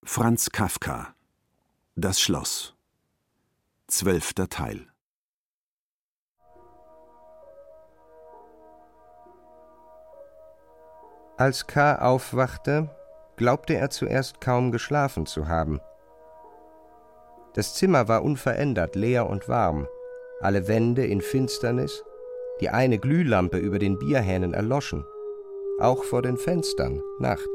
Franz Kafka: Das Schloss. 12. Teil. Als K. aufwachte, glaubte er zuerst kaum geschlafen zu haben. Das Zimmer war unverändert, leer und warm, alle Wände in Finsternis, die eine Glühlampe über den Bierhähnen erloschen, auch vor den Fenstern Nacht.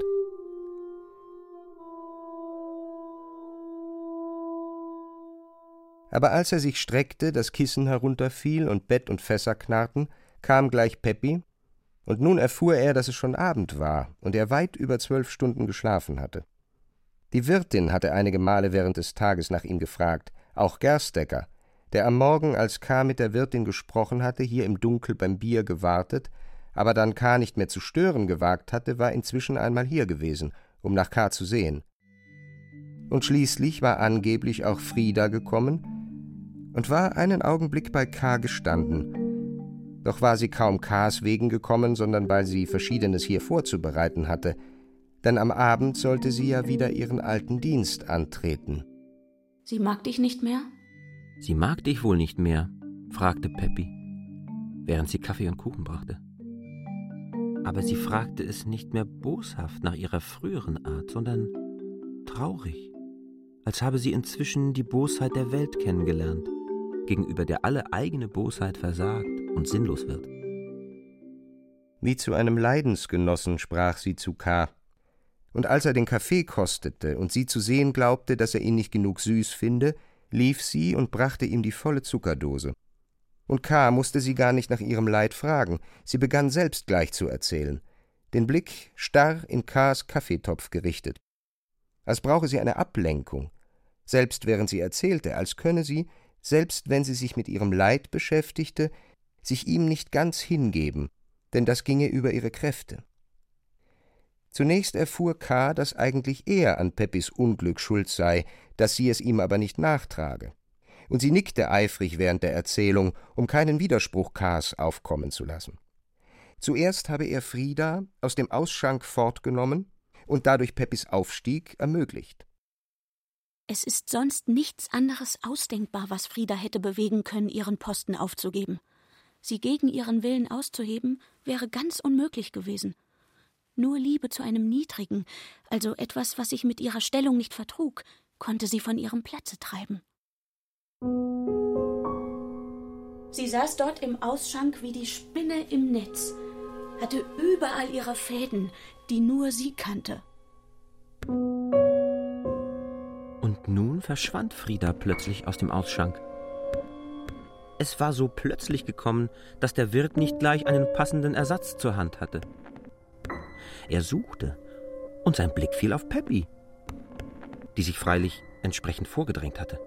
Aber als er sich streckte, das Kissen herunterfiel und Bett und Fässer knarrten, kam gleich Peppi, und nun erfuhr er, dass es schon Abend war und er weit über 12 Stunden geschlafen hatte. Die Wirtin hatte einige Male während des Tages nach ihm gefragt, auch Gerstecker, der am Morgen, als K. mit der Wirtin gesprochen hatte, hier im Dunkel beim Bier gewartet, aber dann K. nicht mehr zu stören gewagt hatte, war inzwischen einmal hier gewesen, um nach K. zu sehen. Und schließlich war angeblich auch Frieda gekommen und war einen Augenblick bei K. gestanden. Doch war sie kaum K.s wegen gekommen, sondern weil sie Verschiedenes hier vorzubereiten hatte, denn am Abend sollte sie ja wieder ihren alten Dienst antreten. Sie mag dich nicht mehr? Sie mag dich wohl nicht mehr, fragte Peppi, während sie Kaffee und Kuchen brachte. Aber sie fragte es nicht mehr boshaft nach ihrer früheren Art, sondern traurig, als habe sie inzwischen die Bosheit der Welt kennengelernt, gegenüber der alle eigene Bosheit versagt und sinnlos wird. Wie zu einem Leidensgenossen sprach sie zu K. Und als er den Kaffee kostete und sie zu sehen glaubte, dass er ihn nicht genug süß finde, lief sie und brachte ihm die volle Zuckerdose. Und K. musste sie gar nicht nach ihrem Leid fragen, sie begann selbst gleich zu erzählen, den Blick starr in K.s Kaffeetopf gerichtet. Als brauche sie eine Ablenkung, selbst während sie erzählte, als könne sie, selbst wenn sie sich mit ihrem Leid beschäftigte, sich ihm nicht ganz hingeben, denn das ginge über ihre Kräfte. Zunächst erfuhr K., dass eigentlich er an Peppis Unglück schuld sei, dass sie es ihm aber nicht nachtrage. Und sie nickte eifrig während der Erzählung, um keinen Widerspruch K.s aufkommen zu lassen. Zuerst habe er Frieda aus dem Ausschank fortgenommen und dadurch Peppis Aufstieg ermöglicht. Es ist sonst nichts anderes ausdenkbar, was Frieda hätte bewegen können, ihren Posten aufzugeben. Sie gegen ihren Willen auszuheben, wäre ganz unmöglich gewesen. Nur Liebe zu einem Niedrigen, also etwas, was sich mit ihrer Stellung nicht vertrug, konnte sie von ihrem Platze treiben. Sie saß dort im Ausschank wie die Spinne im Netz, hatte überall ihre Fäden, die nur sie kannte. Und nun verschwand Frieda plötzlich aus dem Ausschank. Es war so plötzlich gekommen, dass der Wirt nicht gleich einen passenden Ersatz zur Hand hatte. Er suchte, und sein Blick fiel auf Peppi, die sich freilich entsprechend vorgedrängt hatte.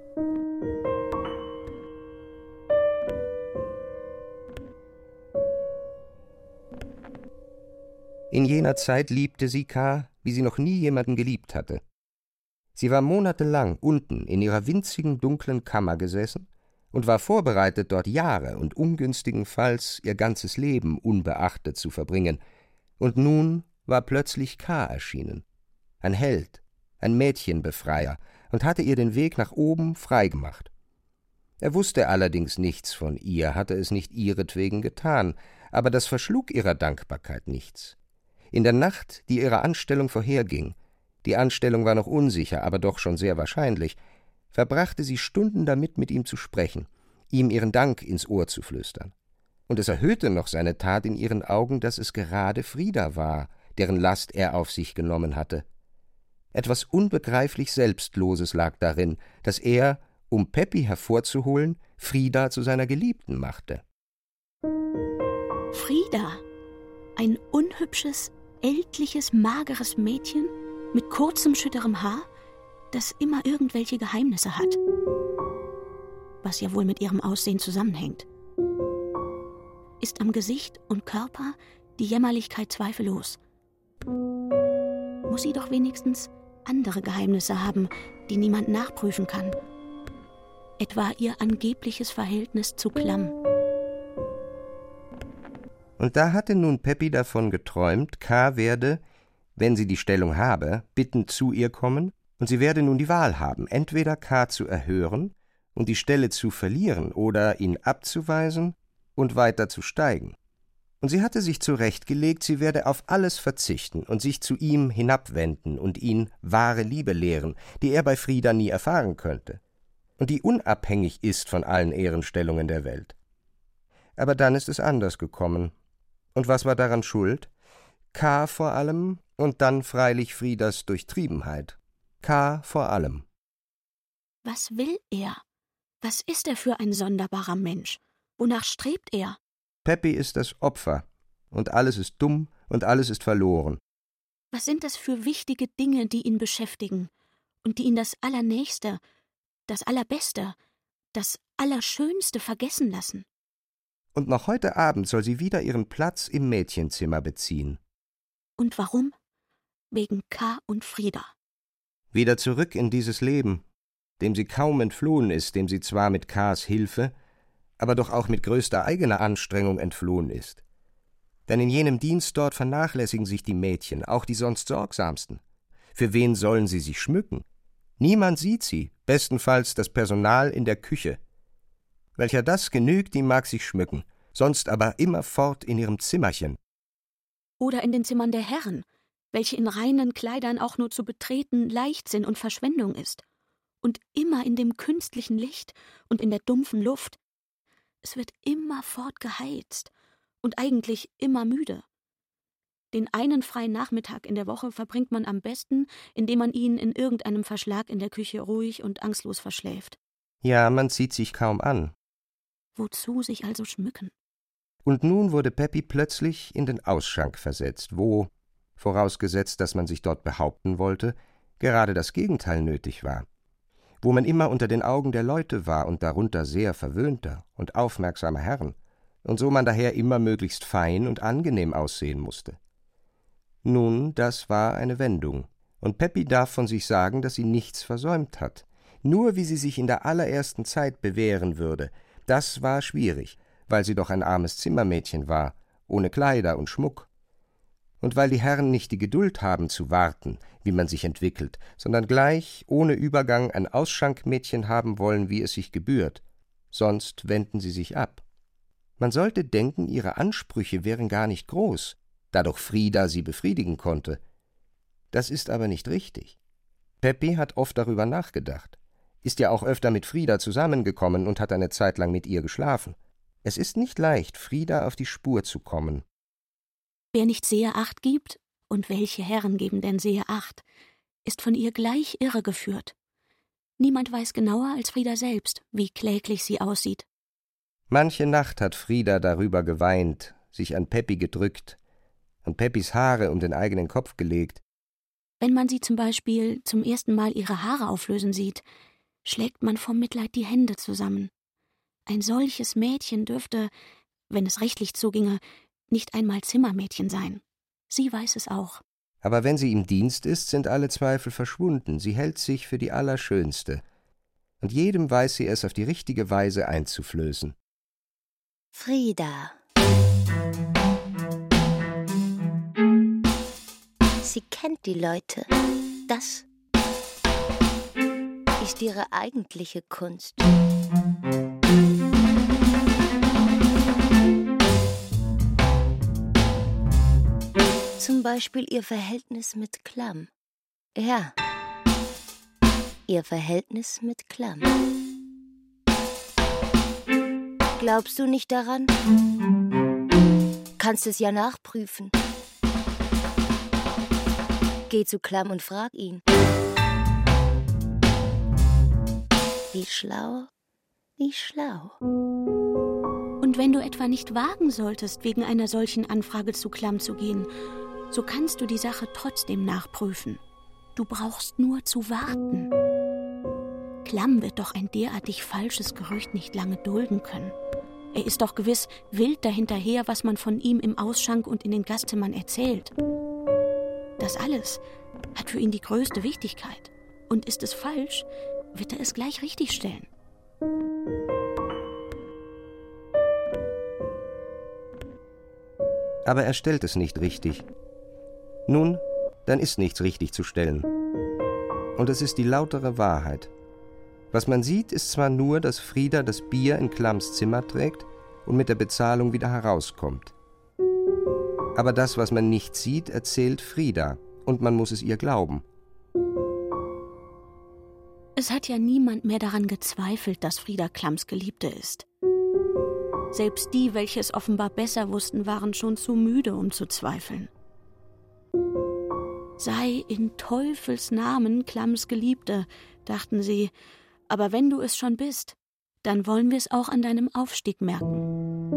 In jener Zeit liebte sie K., wie sie noch nie jemanden geliebt hatte. Sie war monatelang unten in ihrer winzigen, dunklen Kammer gesessen und war vorbereitet, dort Jahre und ungünstigenfalls ihr ganzes Leben unbeachtet zu verbringen. Und nun war plötzlich K. erschienen, ein Held, ein Mädchenbefreier, und hatte ihr den Weg nach oben freigemacht. Er wusste allerdings nichts von ihr, hatte es nicht ihretwegen getan, aber das verschlug ihrer Dankbarkeit nichts. In der Nacht, die ihrer Anstellung vorherging, die Anstellung war noch unsicher, aber doch schon sehr wahrscheinlich, verbrachte sie Stunden damit, mit ihm zu sprechen, ihm ihren Dank ins Ohr zu flüstern. Und es erhöhte noch seine Tat in ihren Augen, dass es gerade Frieda war, deren Last er auf sich genommen hatte. Etwas unbegreiflich Selbstloses lag darin, dass er, um Peppi hervorzuholen, Frieda zu seiner Geliebten machte. Frieda, ein unhübsches, ältliches, mageres Mädchen mit kurzem, schütterem Haar, das immer irgendwelche Geheimnisse hat, was ja wohl mit ihrem Aussehen zusammenhängt. Ist am Gesicht und Körper die Jämmerlichkeit zweifellos. Muss sie doch wenigstens andere Geheimnisse haben, die niemand nachprüfen kann. Etwa ihr angebliches Verhältnis zu Klamm. Und da hatte nun Peppi davon geträumt, K. werde, wenn sie die Stellung habe, bittend zu ihr kommen Und sie werde nun die Wahl haben, entweder K. zu erhören und die Stelle zu verlieren oder ihn abzuweisen und weiter zu steigen. Und sie hatte sich zurechtgelegt, sie werde auf alles verzichten und sich zu ihm hinabwenden und ihn wahre Liebe lehren, die er bei Frida nie erfahren könnte und die unabhängig ist von allen Ehrenstellungen der Welt. Aber dann ist es anders gekommen. Und was war daran schuld? K. vor allem und dann freilich Fridas Durchtriebenheit. K. vor allem. Was will er? Was ist er für ein sonderbarer Mensch? Wonach strebt er? Peppy ist das Opfer, und alles ist dumm und alles ist verloren. Was sind das für wichtige Dinge, die ihn beschäftigen und die ihn das Allernächste, das Allerbeste, das Allerschönste vergessen lassen? Und noch heute Abend soll sie wieder ihren Platz im Mädchenzimmer beziehen. Und warum? Wegen K. und Frida. Wieder zurück in dieses Leben, dem sie kaum entflohen ist, dem sie zwar mit K.s Hilfe, aber doch auch mit größter eigener Anstrengung entflohen ist. Denn in jenem Dienst dort vernachlässigen sich die Mädchen, auch die sonst Sorgsamsten. Für wen sollen sie sich schmücken? Niemand sieht sie, bestenfalls das Personal in der Küche. Welcher das genügt, die mag sich schmücken, sonst aber immerfort in ihrem Zimmerchen. Oder in den Zimmern der Herren, welche in reinen Kleidern auch nur zu betreten Leichtsinn und Verschwendung ist. Und immer in dem künstlichen Licht und in der dumpfen Luft. Es wird immerfort geheizt und eigentlich immer müde. Den einen freien Nachmittag in der Woche verbringt man am besten, indem man ihn in irgendeinem Verschlag in der Küche ruhig und angstlos verschläft. Ja, man zieht sich kaum an. Wozu sich also schmücken? Und nun wurde Peppy plötzlich in den Ausschank versetzt, wo, vorausgesetzt, dass man sich dort behaupten wollte, gerade das Gegenteil nötig war. Wo man immer unter den Augen der Leute war und darunter sehr verwöhnter und aufmerksamer Herren, und so man daher immer möglichst fein und angenehm aussehen musste. Nun, das war eine Wendung, und Peppy darf von sich sagen, dass sie nichts versäumt hat. Nur wie sie sich in der allerersten Zeit bewähren würde, das war schwierig, weil sie doch ein armes Zimmermädchen war, ohne Kleider und Schmuck. Und weil die Herren nicht die Geduld haben zu warten, wie man sich entwickelt, sondern gleich, ohne Übergang, ein Ausschankmädchen haben wollen, wie es sich gebührt, sonst wenden sie sich ab. Man sollte denken, ihre Ansprüche wären gar nicht groß, da doch Frida sie befriedigen konnte. Das ist aber nicht richtig. Peppy hat oft darüber nachgedacht, ist ja auch öfter mit Frida zusammengekommen und hat eine Zeit lang mit ihr geschlafen. Es ist nicht leicht, Frida auf die Spur zu kommen. Wer nicht sehr Acht gibt, und welche Herren geben denn sehr Acht, ist von ihr gleich irregeführt. Niemand weiß genauer als Frida selbst, wie kläglich sie aussieht. Manche Nacht hat Frida darüber geweint, sich an Peppy gedrückt und Peppys Haare um den eigenen Kopf gelegt. Wenn man sie zum Beispiel zum ersten Mal ihre Haare auflösen sieht, schlägt man vor Mitleid die Hände zusammen. Ein solches Mädchen dürfte, wenn es rechtlich zuginge, nicht einmal Zimmermädchen sein. Sie weiß es auch. Aber wenn sie im Dienst ist, sind alle Zweifel verschwunden. Sie hält sich für die Allerschönste. Und jedem weiß sie es auf die richtige Weise einzuflößen. Frida. Sie kennt die Leute. Das ist ihre eigentliche Kunst. Zum Beispiel ihr Verhältnis mit Klamm. Ja, ihr Verhältnis mit Klamm. Glaubst du nicht daran? Kannst es ja nachprüfen. Geh zu Klamm und frag ihn. Wie schlau, wie schlau. Und wenn du etwa nicht wagen solltest, wegen einer solchen Anfrage zu Klamm zu gehen, so kannst du die Sache trotzdem nachprüfen. Du brauchst nur zu warten. Klamm wird doch ein derartig falsches Gerücht nicht lange dulden können. Er ist doch gewiss wild dahinterher, was man von ihm im Ausschank und in den Gastzimmern erzählt. Das alles hat für ihn die größte Wichtigkeit. Und ist es falsch, wird er es gleich richtigstellen. Aber er stellt es nicht richtig. Nun, dann ist nichts richtig zu stellen. Und es ist die lautere Wahrheit. Was man sieht, ist zwar nur, dass Frieda das Bier in Klams Zimmer trägt und mit der Bezahlung wieder herauskommt. Aber das, was man nicht sieht, erzählt Frieda, und man muss es ihr glauben. Es hat ja niemand mehr daran gezweifelt, dass Frieda Klams Geliebte ist. Selbst die, welche es offenbar besser wussten, waren schon zu müde, um zu zweifeln. Sei in Teufels Namen Klams Geliebte, dachten sie, aber wenn du es schon bist, dann wollen wir es auch an deinem Aufstieg merken.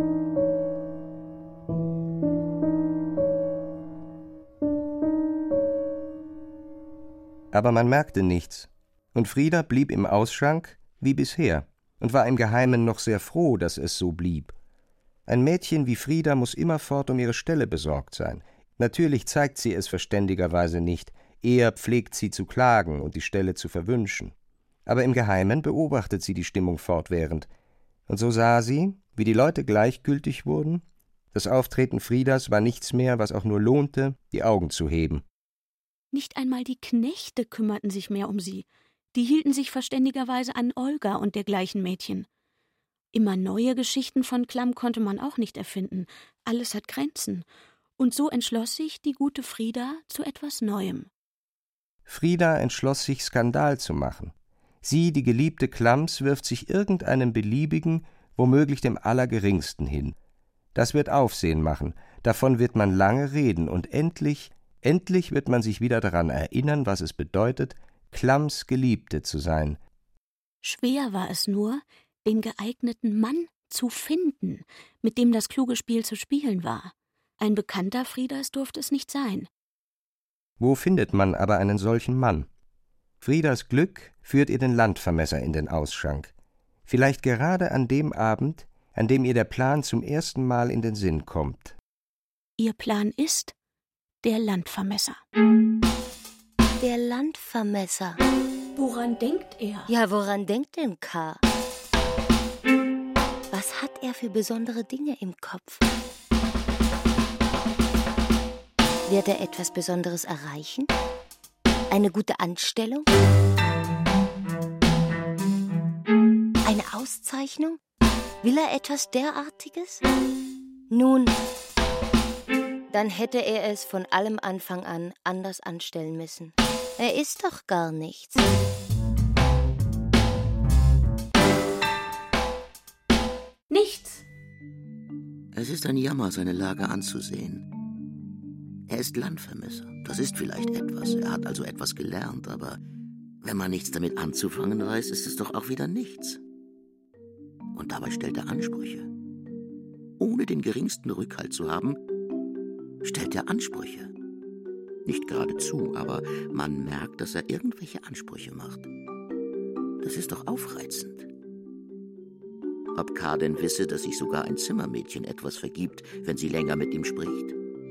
Aber man merkte nichts, und Frieda blieb im Ausschank wie bisher und war im Geheimen noch sehr froh, dass es so blieb. Ein Mädchen wie Frieda muss immerfort um ihre Stelle besorgt sein. Natürlich zeigt sie es verständigerweise nicht, eher pflegt sie zu klagen und die Stelle zu verwünschen. Aber im Geheimen beobachtet sie die Stimmung fortwährend, und so sah sie, wie die Leute gleichgültig wurden. Das Auftreten Friedas war nichts mehr, was auch nur lohnte, die Augen zu heben. Nicht einmal die Knechte kümmerten sich mehr um sie. Die hielten sich verständigerweise an Olga und dergleichen Mädchen. Immer neue Geschichten von Klam konnte man auch nicht erfinden. Alles hat Grenzen. Und so entschloss sich die gute Frieda zu etwas Neuem. Frieda entschloss sich, Skandal zu machen. Sie, die Geliebte Klams, wirft sich irgendeinem beliebigen, womöglich dem Allergeringsten hin. Das wird Aufsehen machen, davon wird man lange reden, und endlich wird man sich wieder daran erinnern, was es bedeutet, Klams Geliebte zu sein. Schwer war es nur, den geeigneten Mann zu finden, mit dem das kluge Spiel zu spielen war. Ein Bekannter Friedas durfte es nicht sein. Wo findet man aber einen solchen Mann? Friedas Glück führt ihr den Landvermesser in den Ausschank. Vielleicht gerade an dem Abend, an dem ihr der Plan zum ersten Mal in den Sinn kommt. Ihr Plan ist der Landvermesser. Der Landvermesser. Woran denkt er? Ja, woran denkt denn K.? Was hat er für besondere Dinge im Kopf? Wird er etwas Besonderes erreichen? Eine gute Anstellung? Eine Auszeichnung? Will er etwas derartiges? Nun, dann hätte er es von allem Anfang an anders anstellen müssen. Er ist doch gar nichts. Nichts. Es ist ein Jammer, seine Lage anzusehen. Er ist Landvermesser. Das ist vielleicht etwas. Er hat also etwas gelernt, aber wenn man nichts damit anzufangen weiß, ist es doch auch wieder nichts. Und dabei stellt er Ansprüche. Ohne den geringsten Rückhalt zu haben, stellt er Ansprüche. Nicht geradezu, aber man merkt, dass er irgendwelche Ansprüche macht. Das ist doch aufreizend. Ob K. denn wisse, dass sich sogar ein Zimmermädchen etwas vergibt, wenn sie länger mit ihm spricht?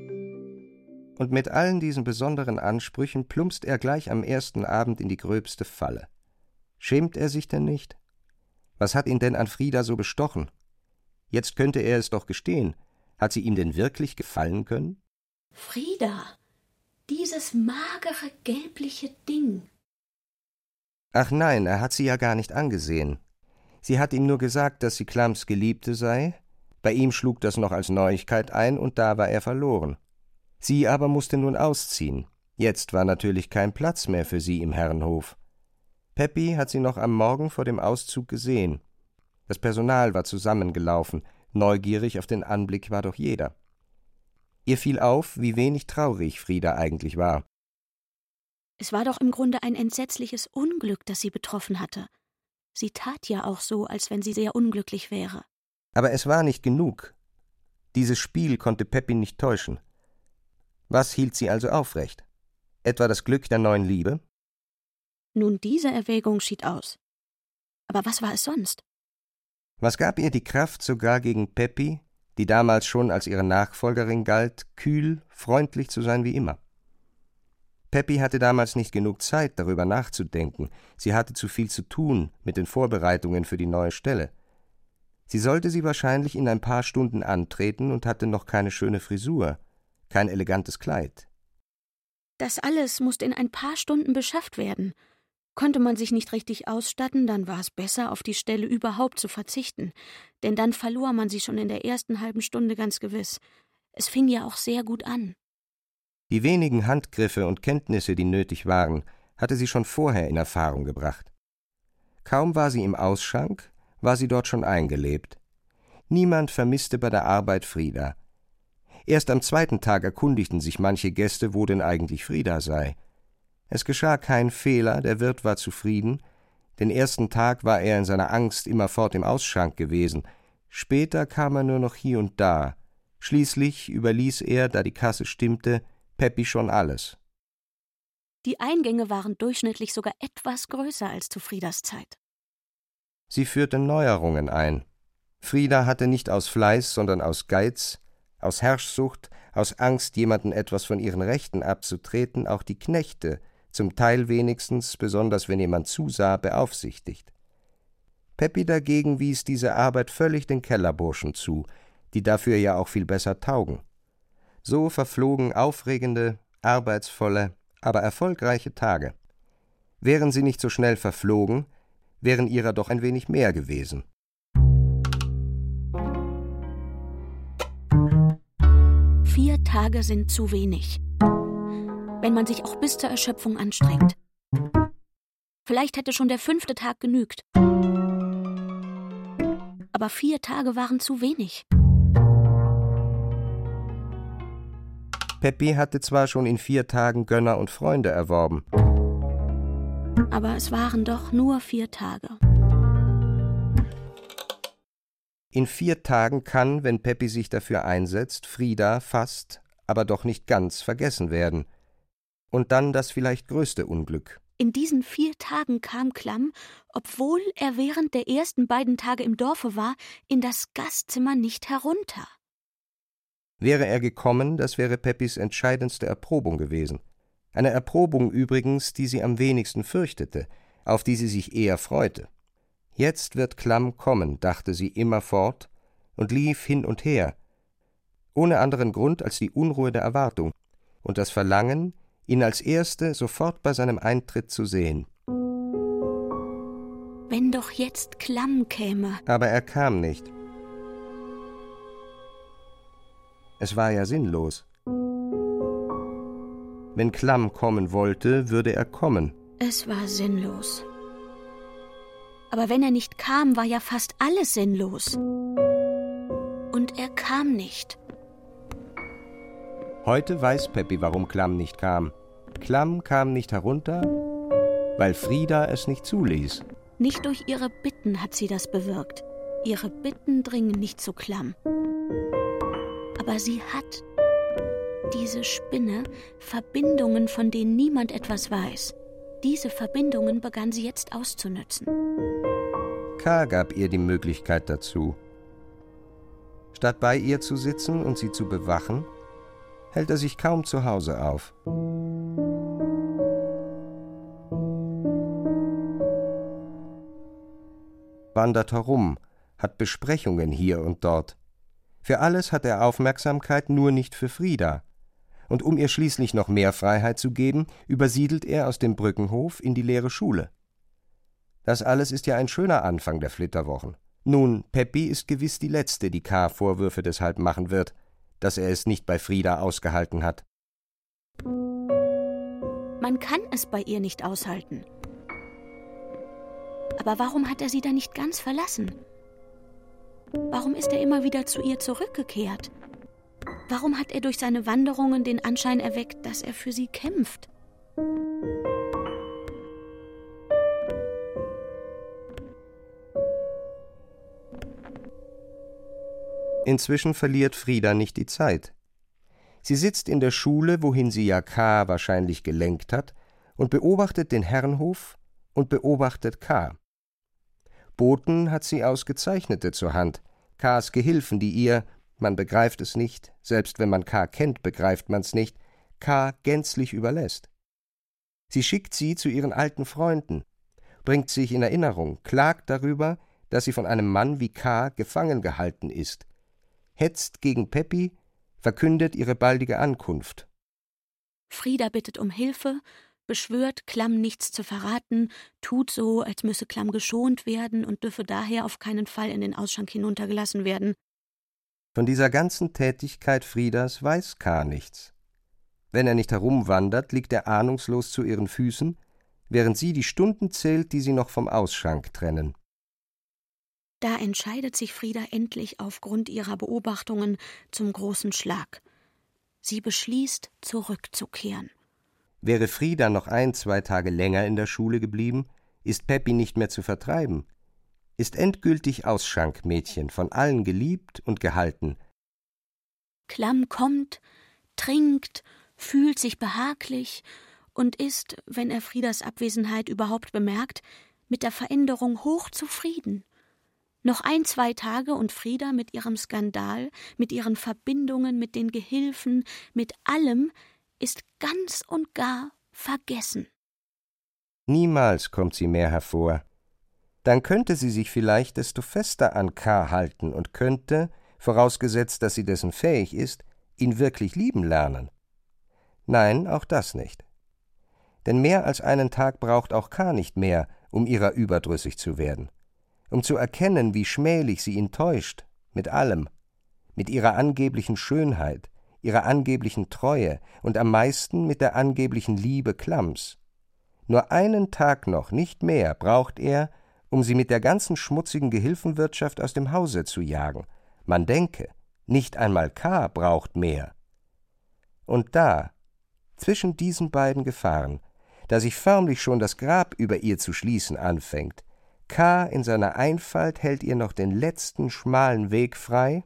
Und mit allen diesen besonderen Ansprüchen plumpst er gleich am ersten Abend in die gröbste Falle. Schämt er sich denn nicht? Was hat ihn denn an Frieda so bestochen? Jetzt könnte er es doch gestehen. Hat sie ihm denn wirklich gefallen können? Frieda, dieses magere, gelbliche Ding. Ach nein, er hat sie ja gar nicht angesehen. Sie hat ihm nur gesagt, dass sie Klams Geliebte sei. Bei ihm schlug das noch als Neuigkeit ein, und da war er verloren. Sie aber musste nun ausziehen. Jetzt war natürlich kein Platz mehr für sie im Herrenhof. Peppy hat sie noch am Morgen vor dem Auszug gesehen. Das Personal war zusammengelaufen, neugierig auf den Anblick war doch jeder. Ihr fiel auf, wie wenig traurig Frieda eigentlich war. Es war doch im Grunde ein entsetzliches Unglück, das sie betroffen hatte. Sie tat ja auch so, als wenn sie sehr unglücklich wäre. Aber es war nicht genug. Dieses Spiel konnte Peppy nicht täuschen. Was hielt sie also aufrecht? Etwa das Glück der neuen Liebe? Nun, diese Erwägung schied aus. Aber was war es sonst? Was gab ihr die Kraft, sogar gegen Peppy, die damals schon als ihre Nachfolgerin galt, kühl, freundlich zu sein wie immer? Peppy hatte damals nicht genug Zeit, darüber nachzudenken. Sie hatte zu viel zu tun mit den Vorbereitungen für die neue Stelle. Sie sollte sie wahrscheinlich in ein paar Stunden antreten und hatte noch keine schöne Frisur, kein elegantes Kleid. Das alles musste in ein paar Stunden beschafft werden. Konnte man sich nicht richtig ausstatten, dann war es besser, auf die Stelle überhaupt zu verzichten. Denn dann verlor man sie schon in der ersten halben Stunde ganz gewiss. Es fing ja auch sehr gut an. Die wenigen Handgriffe und Kenntnisse, die nötig waren, hatte sie schon vorher in Erfahrung gebracht. Kaum war sie im Ausschank, war sie dort schon eingelebt. Niemand vermisste bei der Arbeit Frida. Erst am zweiten Tag erkundigten sich manche Gäste, wo denn eigentlich Frida sei. Es geschah kein Fehler, der Wirt war zufrieden. Den ersten Tag war er in seiner Angst immerfort im Ausschank gewesen. Später kam er nur noch hier und da. Schließlich überließ er, da die Kasse stimmte, Pepi schon alles. Die Eingänge waren durchschnittlich sogar etwas größer als zu Fridas Zeit. Sie führte Neuerungen ein. Frida hatte nicht aus Fleiß, sondern aus Geiz, aus Herrschsucht, aus Angst, jemanden etwas von ihren Rechten abzutreten, auch die Knechte, zum Teil wenigstens, besonders wenn jemand zusah, beaufsichtigt. Pepi dagegen wies diese Arbeit völlig den Kellerburschen zu, die dafür ja auch viel besser taugen. So verflogen aufregende, arbeitsvolle, aber erfolgreiche Tage. Wären sie nicht so schnell verflogen, wären ihrer doch ein wenig mehr gewesen. Vier Tage sind zu wenig, wenn man sich auch bis zur Erschöpfung anstrengt. Vielleicht hätte schon der 5. Tag genügt. Aber 4 Tage waren zu wenig. Pepi hatte zwar schon in 4 Tagen Gönner und Freunde erworben, aber es waren doch nur 4 Tage. In 4 Tagen kann, wenn Pepi sich dafür einsetzt, Frida fast, aber doch nicht ganz vergessen werden. Und dann das vielleicht größte Unglück. In diesen 4 Tagen kam Klamm, obwohl er während der ersten beiden Tage im Dorfe war, in das Gastzimmer nicht herunter. Wäre er gekommen, das wäre Peppis entscheidendste Erprobung gewesen. Eine Erprobung übrigens, die sie am wenigsten fürchtete, auf die sie sich eher freute. Jetzt wird Klamm kommen, dachte sie immerfort und lief hin und her, ohne anderen Grund als die Unruhe der Erwartung und das Verlangen, ihn als Erste sofort bei seinem Eintritt zu sehen. Wenn doch jetzt Klamm käme. Aber er kam nicht. Es war ja sinnlos. Wenn Klamm kommen wollte, würde er kommen. Es war sinnlos. Aber wenn er nicht kam, war ja fast alles sinnlos. Und er kam nicht. Heute weiß Pepi, warum Klamm nicht kam. Klamm kam nicht herunter, weil Frida es nicht zuließ. Nicht durch ihre Bitten hat sie das bewirkt. Ihre Bitten dringen nicht zu Klamm. Aber sie hat, diese Spinne, Verbindungen, von denen niemand etwas weiß. Diese Verbindungen begann sie jetzt auszunützen. K. gab ihr die Möglichkeit dazu. Statt bei ihr zu sitzen und sie zu bewachen, hält er sich kaum zu Hause auf. Wandert herum, hat Besprechungen hier und dort. Für alles hat er Aufmerksamkeit, nur nicht für Frida. Und um ihr schließlich noch mehr Freiheit zu geben, übersiedelt er aus dem Brückenhof in die leere Schule. Das alles ist ja ein schöner Anfang der Flitterwochen. Nun, Pepi ist gewiss die Letzte, die K. Vorwürfe deshalb machen wird, dass er es nicht bei Frida ausgehalten hat. Man kann es bei ihr nicht aushalten. Aber warum hat er sie dann nicht ganz verlassen? Warum ist er immer wieder zu ihr zurückgekehrt? Warum hat er durch seine Wanderungen den Anschein erweckt, dass er für sie kämpft? Inzwischen verliert Frida nicht die Zeit. Sie sitzt in der Schule, wohin sie ja K. wahrscheinlich gelenkt hat, und beobachtet den Herrenhof und beobachtet K. Boten hat sie Ausgezeichnete zur Hand, K.s Gehilfen, die ihr, man begreift es nicht, selbst wenn man K. kennt, begreift man's nicht, K. gänzlich überlässt. Sie schickt sie zu ihren alten Freunden, bringt sich in Erinnerung, klagt darüber, dass sie von einem Mann wie K. gefangen gehalten ist, hetzt gegen Pepi, verkündet ihre baldige Ankunft. Frieda bittet um Hilfe, beschwört, Klamm nichts zu verraten, tut so, als müsse Klamm geschont werden und dürfe daher auf keinen Fall in den Ausschank hinuntergelassen werden. Von dieser ganzen Tätigkeit Friedas weiß K. nichts. Wenn er nicht herumwandert, liegt er ahnungslos zu ihren Füßen, während sie die Stunden zählt, die sie noch vom Ausschank trennen. Da entscheidet sich Frieda endlich aufgrund ihrer Beobachtungen zum großen Schlag. Sie beschließt, zurückzukehren. Wäre Frieda noch 1-2 Tage länger in der Schule geblieben, ist Peppi nicht mehr zu vertreiben, ist endgültig Ausschankmädchen, von allen geliebt und gehalten. Klamm kommt, trinkt, fühlt sich behaglich und ist, wenn er Friedas Abwesenheit überhaupt bemerkt, mit der Veränderung hochzufrieden. Noch 1-2 Tage und Frieda mit ihrem Skandal, mit ihren Verbindungen, mit den Gehilfen, mit allem, ist ganz und gar vergessen. Niemals kommt sie mehr hervor. Dann könnte sie sich vielleicht desto fester an K. halten und könnte, vorausgesetzt, dass sie dessen fähig ist, ihn wirklich lieben lernen. Nein, auch das nicht. Denn mehr als einen Tag braucht auch K. nicht mehr, um ihrer überdrüssig zu werden, um zu erkennen, wie schmählich sie ihn täuscht, mit allem, mit ihrer angeblichen Schönheit, ihrer angeblichen Treue und am meisten mit der angeblichen Liebe Klamms. Nur einen Tag noch, nicht mehr, braucht er, um sie mit der ganzen schmutzigen Gehilfenwirtschaft aus dem Hause zu jagen. Man denke, nicht einmal K. braucht mehr. Und da, zwischen diesen beiden Gefahren, da sich förmlich schon das Grab über ihr zu schließen anfängt, K. in seiner Einfalt hält ihr noch den letzten schmalen Weg frei.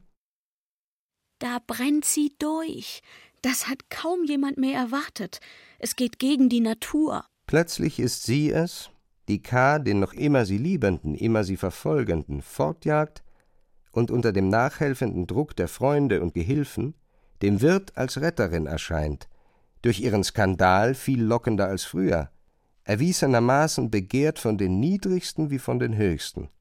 Da brennt sie durch. Das hat kaum jemand mehr erwartet. Es geht gegen die Natur. Plötzlich ist sie es, die K., den noch immer sie Liebenden, immer sie Verfolgenden, fortjagt und unter dem nachhelfenden Druck der Freunde und Gehilfen dem Wirt als Retterin erscheint, durch ihren Skandal viel lockender als früher, erwiesenermaßen begehrt von den Niedrigsten wie von den Höchsten.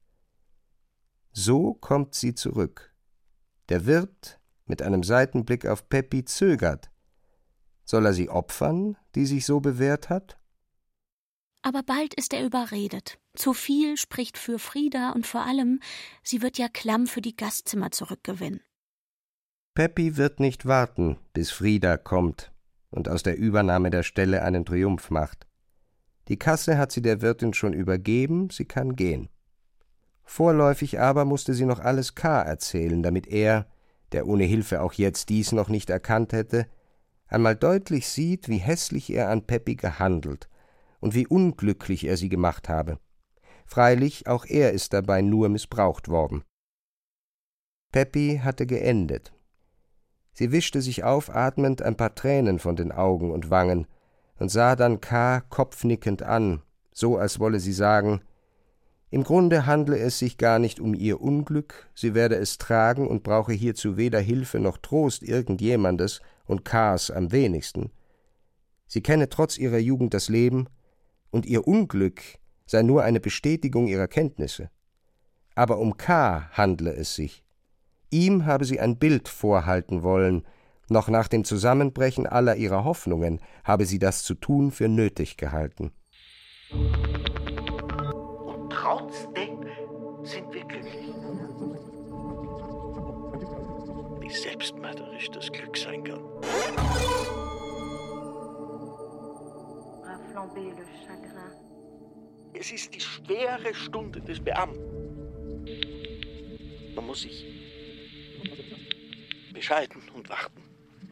So kommt sie zurück. Der Wirt, mit einem Seitenblick auf Peppi, zögert. Soll er sie opfern, die sich so bewährt hat? Aber bald ist er überredet. Zu viel spricht für Frieda und vor allem, sie wird ja Klamm für die Gastzimmer zurückgewinnen. Peppi wird nicht warten, bis Frieda kommt und aus der Übernahme der Stelle einen Triumph macht. Die Kasse hat sie der Wirtin schon übergeben, sie kann gehen. Vorläufig aber musste sie noch alles K. erzählen, damit er, der ohne Hilfe auch jetzt dies noch nicht erkannt hätte, einmal deutlich sieht, wie hässlich er an Peppi gehandelt und wie unglücklich er sie gemacht habe. Freilich, auch er ist dabei nur missbraucht worden. Peppi hatte geendet. Sie wischte sich aufatmend ein paar Tränen von den Augen und Wangen und sah dann K. kopfnickend an, so als wolle sie sagen, im Grunde handle es sich gar nicht um ihr Unglück, sie werde es tragen und brauche hierzu weder Hilfe noch Trost irgendjemandes und K.s am wenigsten. Sie kenne trotz ihrer Jugend das Leben, und ihr Unglück sei nur eine Bestätigung ihrer Kenntnisse. Aber um K. handle es sich. Ihm habe sie ein Bild vorhalten wollen, noch nach dem Zusammenbrechen aller ihrer Hoffnungen habe sie das zu tun für nötig gehalten. Und trotzdem sind wir glücklich. Wie selbstmörderisch das Glück sein kann. Es ist die schwere Stunde des Beamten. Man muss sich bescheiden und warten.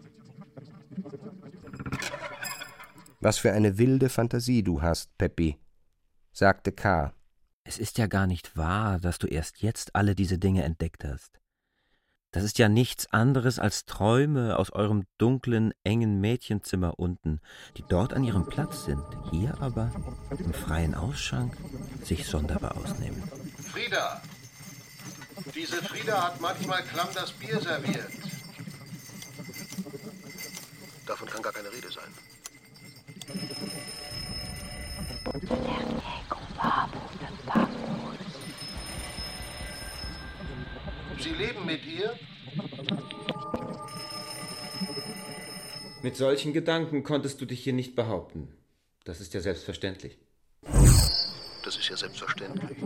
Was für eine wilde Fantasie du hast, Peppi, sagte K. Es ist ja gar nicht wahr, dass du erst jetzt alle diese Dinge entdeckt hast. Das ist ja nichts anderes als Träume aus eurem dunklen, engen Mädchenzimmer unten, die dort an ihrem Platz sind, hier aber im freien Ausschank sich sonderbar ausnehmen. Frieda! Diese Frieda hat manchmal Klamm das Bier serviert. Davon kann gar keine Rede sein. Sie leben mit ihr? Mit solchen Gedanken konntest du dich hier nicht behaupten. Das ist ja selbstverständlich. Das ist ja selbstverständlich.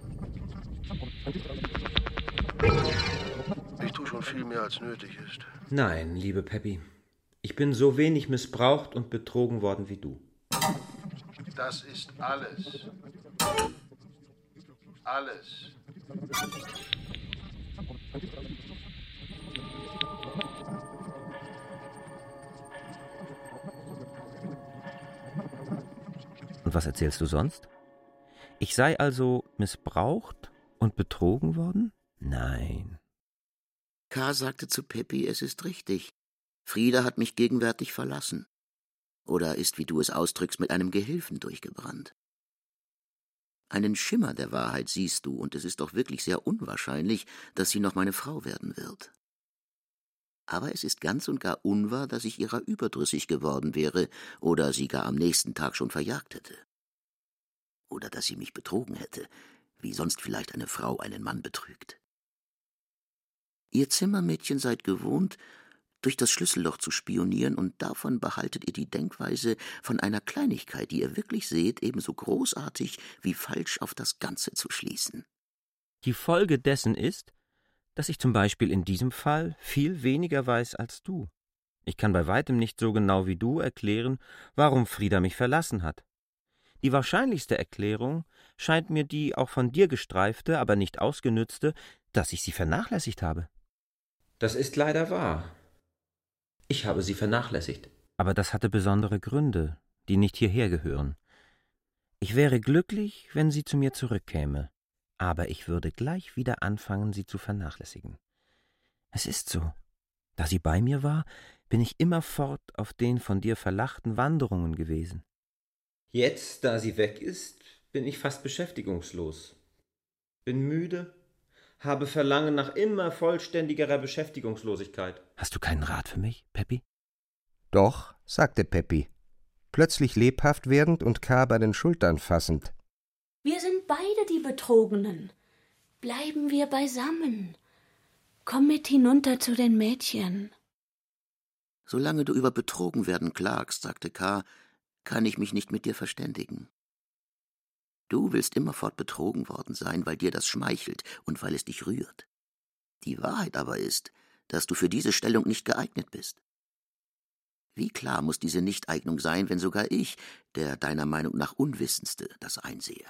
Ich tue schon viel mehr, als nötig ist. Nein, liebe Peppy. Ich bin so wenig missbraucht und betrogen worden wie du. Das ist alles. Alles. Und was erzählst du sonst? Ich sei also missbraucht und betrogen worden? Nein. K. sagte zu Peppy, es ist richtig. Frieda hat mich gegenwärtig verlassen. Oder ist, wie du es ausdrückst, mit einem Gehilfen durchgebrannt. Einen Schimmer der Wahrheit siehst du, und es ist doch wirklich sehr unwahrscheinlich, dass sie noch meine Frau werden wird. Aber es ist ganz und gar unwahr, dass ich ihrer überdrüssig geworden wäre oder sie gar am nächsten Tag schon verjagt hätte. Oder dass sie mich betrogen hätte, wie sonst vielleicht eine Frau einen Mann betrügt. Ihr Zimmermädchen seid gewohnt, durch das Schlüsselloch zu spionieren, und davon behaltet ihr die Denkweise von einer Kleinigkeit, die ihr wirklich seht, ebenso großartig wie falsch auf das Ganze zu schließen. Die Folge dessen ist, dass ich zum Beispiel in diesem Fall viel weniger weiß als du. Ich kann bei weitem nicht so genau wie du erklären, warum Frieda mich verlassen hat. Die wahrscheinlichste Erklärung scheint mir die auch von dir gestreifte, aber nicht ausgenützte, dass ich sie vernachlässigt habe. Das ist leider wahr. Ich habe sie vernachlässigt. Aber das hatte besondere Gründe, die nicht hierher gehören. Ich wäre glücklich, wenn sie zu mir zurückkäme, aber ich würde gleich wieder anfangen, sie zu vernachlässigen. Es ist so. Da sie bei mir war, bin ich immerfort auf den von dir verlachten Wanderungen gewesen. Jetzt, da sie weg ist, bin ich fast beschäftigungslos. Bin müde, habe Verlangen nach immer vollständigerer Beschäftigungslosigkeit. Hast du keinen Rat für mich, Peppy? »Doch«, sagte Peppy, plötzlich lebhaft werdend und K. bei den Schultern fassend. Wir sind beide die Betrogenen. Bleiben wir beisammen. Komm mit hinunter zu den Mädchen. Solange du über Betrogenwerden klagst, sagte K., kann ich mich nicht mit dir verständigen. Du willst immerfort betrogen worden sein, weil dir das schmeichelt und weil es dich rührt. Die Wahrheit aber ist, dass du für diese Stellung nicht geeignet bist. Wie klar muss diese Nichteignung sein, wenn sogar ich, der deiner Meinung nach Unwissendste, das einsehe?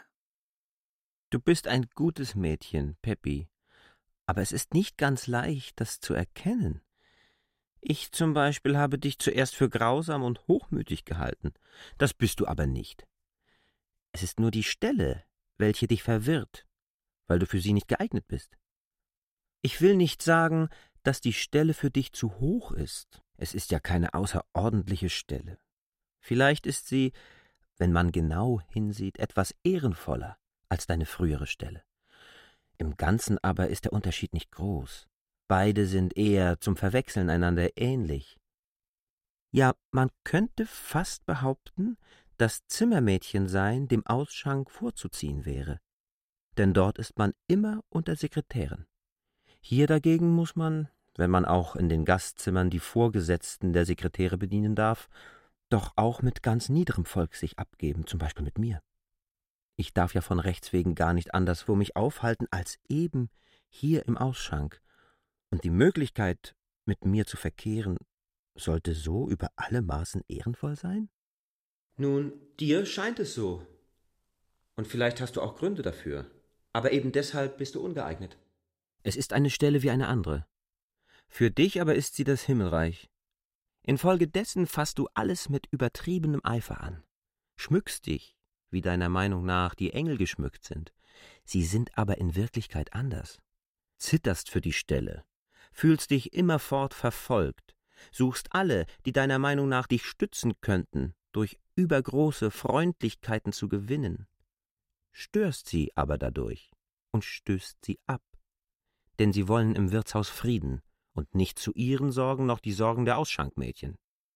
Du bist ein gutes Mädchen, Peppy, aber es ist nicht ganz leicht, das zu erkennen. Ich zum Beispiel habe dich zuerst für grausam und hochmütig gehalten. Das bist du aber nicht. Es ist nur die Stelle, welche dich verwirrt, weil du für sie nicht geeignet bist. Ich will nicht sagen, dass die Stelle für dich zu hoch ist. Es ist ja keine außerordentliche Stelle. Vielleicht ist sie, wenn man genau hinsieht, etwas ehrenvoller als deine frühere Stelle. Im Ganzen aber ist der Unterschied nicht groß. Beide sind eher zum Verwechseln einander ähnlich. Ja, man könnte fast behaupten, dass Zimmermädchensein dem Ausschank vorzuziehen wäre. Denn dort ist man immer unter Sekretären. Hier dagegen muss man, wenn man auch in den Gastzimmern die Vorgesetzten der Sekretäre bedienen darf, doch auch mit ganz niederem Volk sich abgeben, zum Beispiel mit mir. Ich darf ja von Rechts wegen gar nicht anderswo mich aufhalten, als eben hier im Ausschank. Und die Möglichkeit, mit mir zu verkehren, sollte so über alle Maßen ehrenvoll sein? Nun, dir scheint es so. Und vielleicht hast du auch Gründe dafür. Aber eben deshalb bist du ungeeignet. Es ist eine Stelle wie eine andere. Für dich aber ist sie das Himmelreich. Infolgedessen fasst du alles mit übertriebenem Eifer an. Schmückst dich, wie deiner Meinung nach die Engel geschmückt sind. Sie sind aber in Wirklichkeit anders. Zitterst für die Stelle, fühlst dich immerfort verfolgt, suchst alle, die deiner Meinung nach dich stützen könnten, durch übergroße Freundlichkeiten zu gewinnen, störst sie aber dadurch und stößt sie ab, denn sie wollen im Wirtshaus Frieden und nicht zu ihren Sorgen noch die Sorgen der Ausschankmädchen.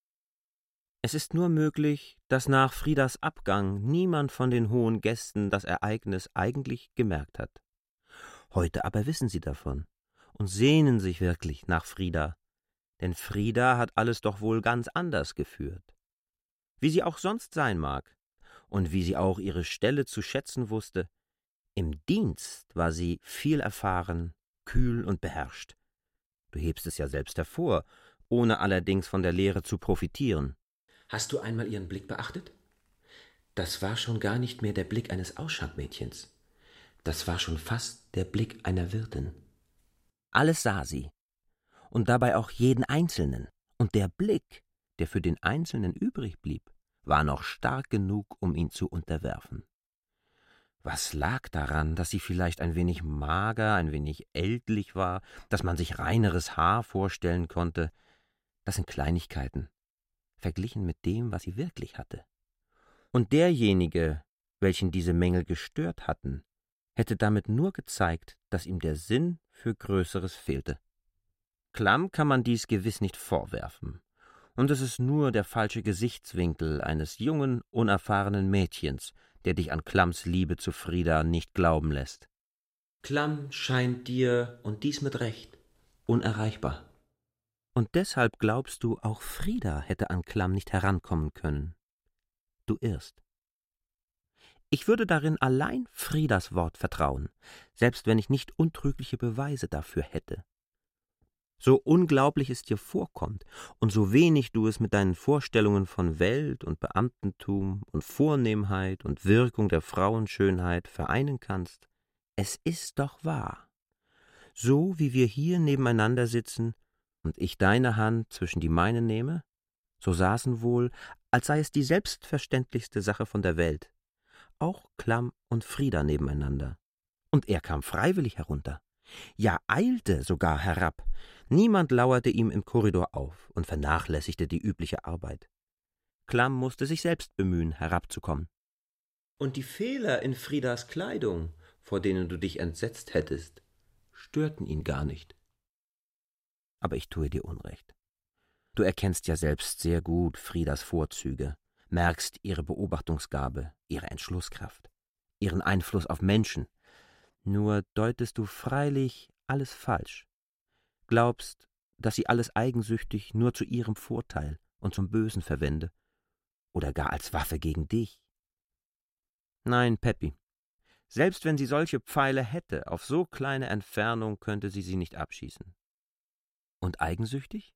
Es ist nur möglich, dass nach Friedas Abgang niemand von den hohen Gästen das Ereignis eigentlich gemerkt hat. Heute aber wissen sie davon und sehnen sich wirklich nach Frieda, Denn Frida hat alles doch wohl ganz anders geführt. Wie sie auch sonst sein mag und wie sie auch ihre Stelle zu schätzen wusste, im Dienst war sie viel erfahren, kühl und beherrscht. Du hebst es ja selbst hervor, ohne allerdings von der Lehre zu profitieren. Hast du einmal ihren Blick beachtet? Das war schon gar nicht mehr der Blick eines Ausschankmädchens. Das war schon fast der Blick einer Wirtin. Alles sah sie, und dabei auch jeden Einzelnen. Und der Blick, der für den Einzelnen übrig blieb, war noch stark genug, um ihn zu unterwerfen. Was lag daran, dass sie vielleicht ein wenig mager, ein wenig ältlich war, dass man sich reineres Haar vorstellen konnte? Das sind Kleinigkeiten, verglichen mit dem, was sie wirklich hatte. Und derjenige, welchen diese Mängel gestört hatten, hätte damit nur gezeigt, dass ihm der Sinn für Größeres fehlte. Klamm kann man dies gewiss nicht vorwerfen, und es ist nur der falsche Gesichtswinkel eines jungen, unerfahrenen Mädchens, der dich an Klamms Liebe zu Frida nicht glauben lässt. Klamm scheint dir, und dies mit Recht, unerreichbar. Und deshalb glaubst du, auch Frida hätte an Klamm nicht herankommen können. Du irrst. Ich würde darin allein Fridas Wort vertrauen, selbst wenn ich nicht untrügliche Beweise dafür hätte. So unglaublich es dir vorkommt und so wenig du es mit deinen Vorstellungen von Welt und Beamtentum und Vornehmheit und Wirkung der Frauenschönheit vereinen kannst, es ist doch wahr. So wie wir hier nebeneinander sitzen und ich deine Hand zwischen die meine nehme, so saßen wohl, als sei es die selbstverständlichste Sache von der Welt, auch Klamm und Frida nebeneinander. Und er kam freiwillig herunter. Ja, eilte sogar herab. Niemand lauerte ihm im Korridor auf und vernachlässigte die übliche Arbeit. Klamm musste sich selbst bemühen, herabzukommen. Und die Fehler in Fridas Kleidung, vor denen du dich entsetzt hättest, störten ihn gar nicht. Aber ich tue dir Unrecht. Du erkennst ja selbst sehr gut Fridas Vorzüge, merkst ihre Beobachtungsgabe, ihre Entschlusskraft, ihren Einfluss auf Menschen. Nur deutest du freilich alles falsch. Glaubst, dass sie alles eigensüchtig nur zu ihrem Vorteil und zum Bösen verwende oder gar als Waffe gegen dich. Nein, Peppi, selbst wenn sie solche Pfeile hätte, auf so kleine Entfernung könnte sie nicht abschießen. Und eigensüchtig?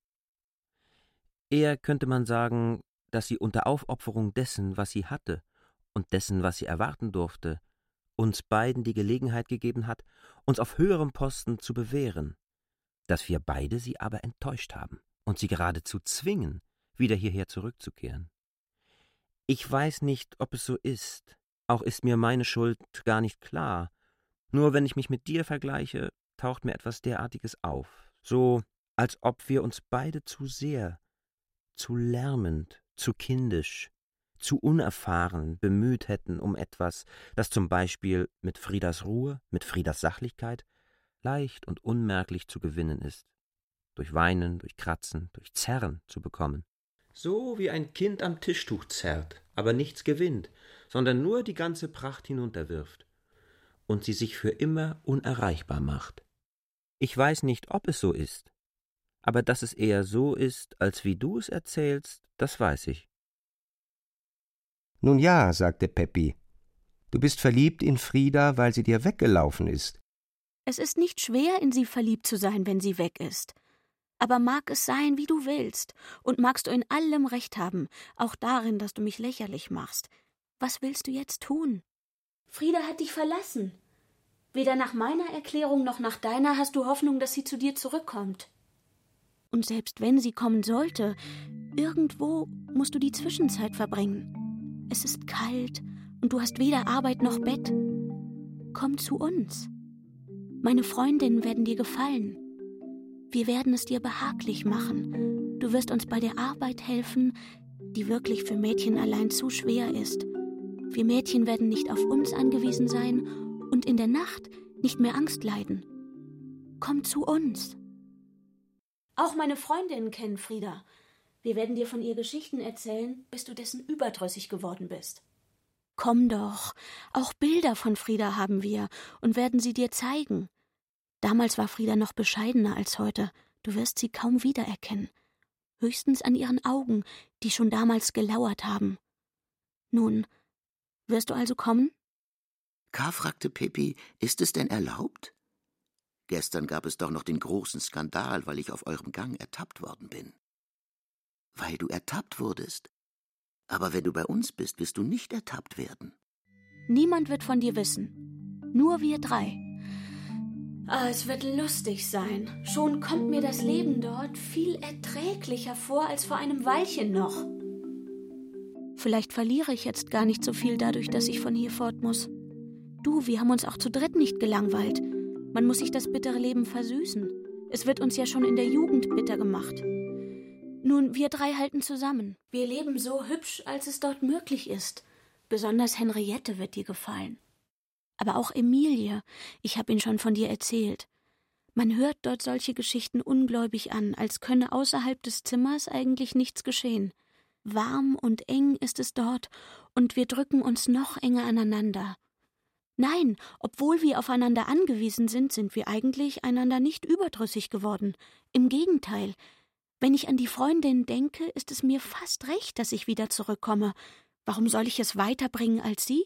Eher könnte man sagen, dass sie unter Aufopferung dessen, was sie hatte und dessen, was sie erwarten durfte, uns beiden die Gelegenheit gegeben hat, uns auf höherem Posten zu bewähren, dass wir beide sie aber enttäuscht haben und sie geradezu zwingen, wieder hierher zurückzukehren. Ich weiß nicht, ob es so ist, auch ist mir meine Schuld gar nicht klar, nur wenn ich mich mit dir vergleiche, taucht mir etwas derartiges auf, so als ob wir uns beide zu sehr, zu lärmend, zu kindisch, zu unerfahren bemüht hätten um etwas, das zum Beispiel mit Fridas Ruhe, mit Fridas Sachlichkeit leicht und unmerklich zu gewinnen ist, durch Weinen, durch Kratzen, durch Zerren zu bekommen. So wie ein Kind am Tischtuch zerrt, aber nichts gewinnt, sondern nur die ganze Pracht hinunterwirft und sie sich für immer unerreichbar macht. Ich weiß nicht, ob es so ist, aber dass es eher so ist, als wie du es erzählst, das weiß ich. »Nun ja«, sagte Peppi, »du bist verliebt in Frida, weil sie dir weggelaufen ist.« Es ist nicht schwer, in sie verliebt zu sein, wenn sie weg ist. Aber mag es sein, wie du willst, und magst du in allem Recht haben, auch darin, dass du mich lächerlich machst. Was willst du jetzt tun? Frida hat dich verlassen. Weder nach meiner Erklärung noch nach deiner hast du Hoffnung, dass sie zu dir zurückkommt. Und selbst wenn sie kommen sollte, irgendwo musst du die Zwischenzeit verbringen. Es ist kalt und du hast weder Arbeit noch Bett. Komm zu uns. Meine Freundinnen werden dir gefallen. Wir werden es dir behaglich machen. Du wirst uns bei der Arbeit helfen, die wirklich für Mädchen allein zu schwer ist. Wir Mädchen werden nicht auf uns angewiesen sein und in der Nacht nicht mehr Angst leiden. Komm zu uns. Auch meine Freundinnen kennen Frida. Wir werden dir von ihr Geschichten erzählen, bis du dessen überdrüssig geworden bist. Komm doch, auch Bilder von Frida haben wir und werden sie dir zeigen. Damals war Frida noch bescheidener als heute. Du wirst sie kaum wiedererkennen. Höchstens an ihren Augen, die schon damals gelauert haben. Nun, wirst du also kommen? K. fragte Peppi, ist es denn erlaubt? Gestern gab es doch noch den großen Skandal, weil ich auf eurem Gang ertappt worden bin. Weil du ertappt wurdest. Aber wenn du bei uns bist, wirst du nicht ertappt werden. Niemand wird von dir wissen. Nur wir 3. Es wird lustig sein. Schon kommt mir das Leben dort viel erträglicher vor als vor einem Weilchen noch. Vielleicht verliere ich jetzt gar nicht so viel dadurch, dass ich von hier fort muss. Du, wir haben uns auch zu dritt nicht gelangweilt. Man muss sich das bittere Leben versüßen. Es wird uns ja schon in der Jugend bitter gemacht. Nun, wir 3 halten zusammen. Wir leben so hübsch, als es dort möglich ist. Besonders Henriette wird dir gefallen. Aber auch Emilie, ich habe ihn schon von dir erzählt. Man hört dort solche Geschichten ungläubig an, als könne außerhalb des Zimmers eigentlich nichts geschehen. Warm und eng ist es dort, und wir drücken uns noch enger aneinander. Nein, obwohl wir aufeinander angewiesen sind, sind wir eigentlich einander nicht überdrüssig geworden. Im Gegenteil. Wenn ich an die Freundin denke, ist es mir fast recht, dass ich wieder zurückkomme. Warum soll ich es weiterbringen als sie?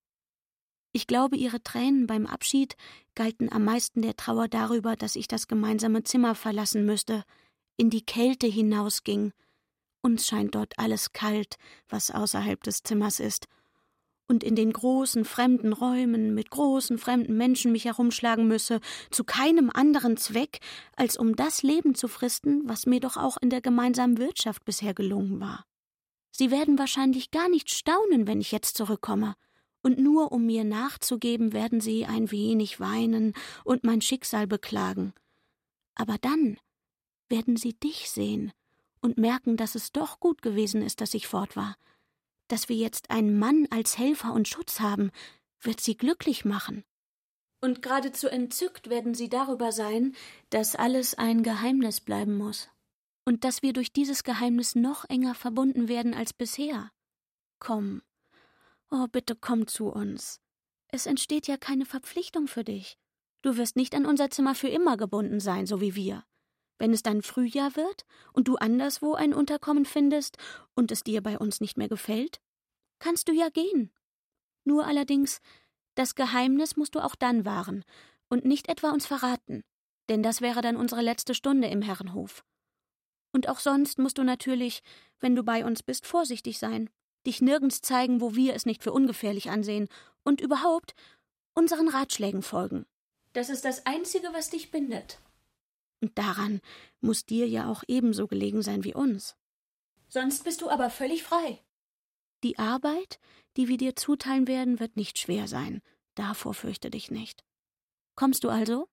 Ich glaube, ihre Tränen beim Abschied galten am meisten der Trauer darüber, dass ich das gemeinsame Zimmer verlassen müsste, in die Kälte hinausging. Uns scheint dort alles kalt, was außerhalb des Zimmers ist. Und in den großen, fremden Räumen mit großen, fremden Menschen mich herumschlagen müsse, zu keinem anderen Zweck, als um das Leben zu fristen, was mir doch auch in der gemeinsamen Wirtschaft bisher gelungen war. Sie werden wahrscheinlich gar nicht staunen, wenn ich jetzt zurückkomme. Und nur um mir nachzugeben, werden sie ein wenig weinen und mein Schicksal beklagen. Aber dann werden sie dich sehen und merken, dass es doch gut gewesen ist, dass ich fort war. Dass wir jetzt einen Mann als Helfer und Schutz haben, wird sie glücklich machen. Und geradezu entzückt werden sie darüber sein, dass alles ein Geheimnis bleiben muss. Und dass wir durch dieses Geheimnis noch enger verbunden werden als bisher. Komm. Oh, bitte komm zu uns. Es entsteht ja keine Verpflichtung für dich. Du wirst nicht an unser Zimmer für immer gebunden sein, so wie wir. Wenn es dann Frühjahr wird und du anderswo ein Unterkommen findest und es dir bei uns nicht mehr gefällt, kannst du ja gehen. Nur allerdings, das Geheimnis musst du auch dann wahren und nicht etwa uns verraten, denn das wäre dann unsere letzte Stunde im Herrenhof. Und auch sonst musst du natürlich, wenn du bei uns bist, vorsichtig sein. Dich nirgends zeigen, wo wir es nicht für ungefährlich ansehen und überhaupt unseren Ratschlägen folgen. Das ist das Einzige, was dich bindet. Und daran muss dir ja auch ebenso gelegen sein wie uns. Sonst bist du aber völlig frei. Die Arbeit, die wir dir zuteilen werden, wird nicht schwer sein. Davor fürchte dich nicht. Kommst du also?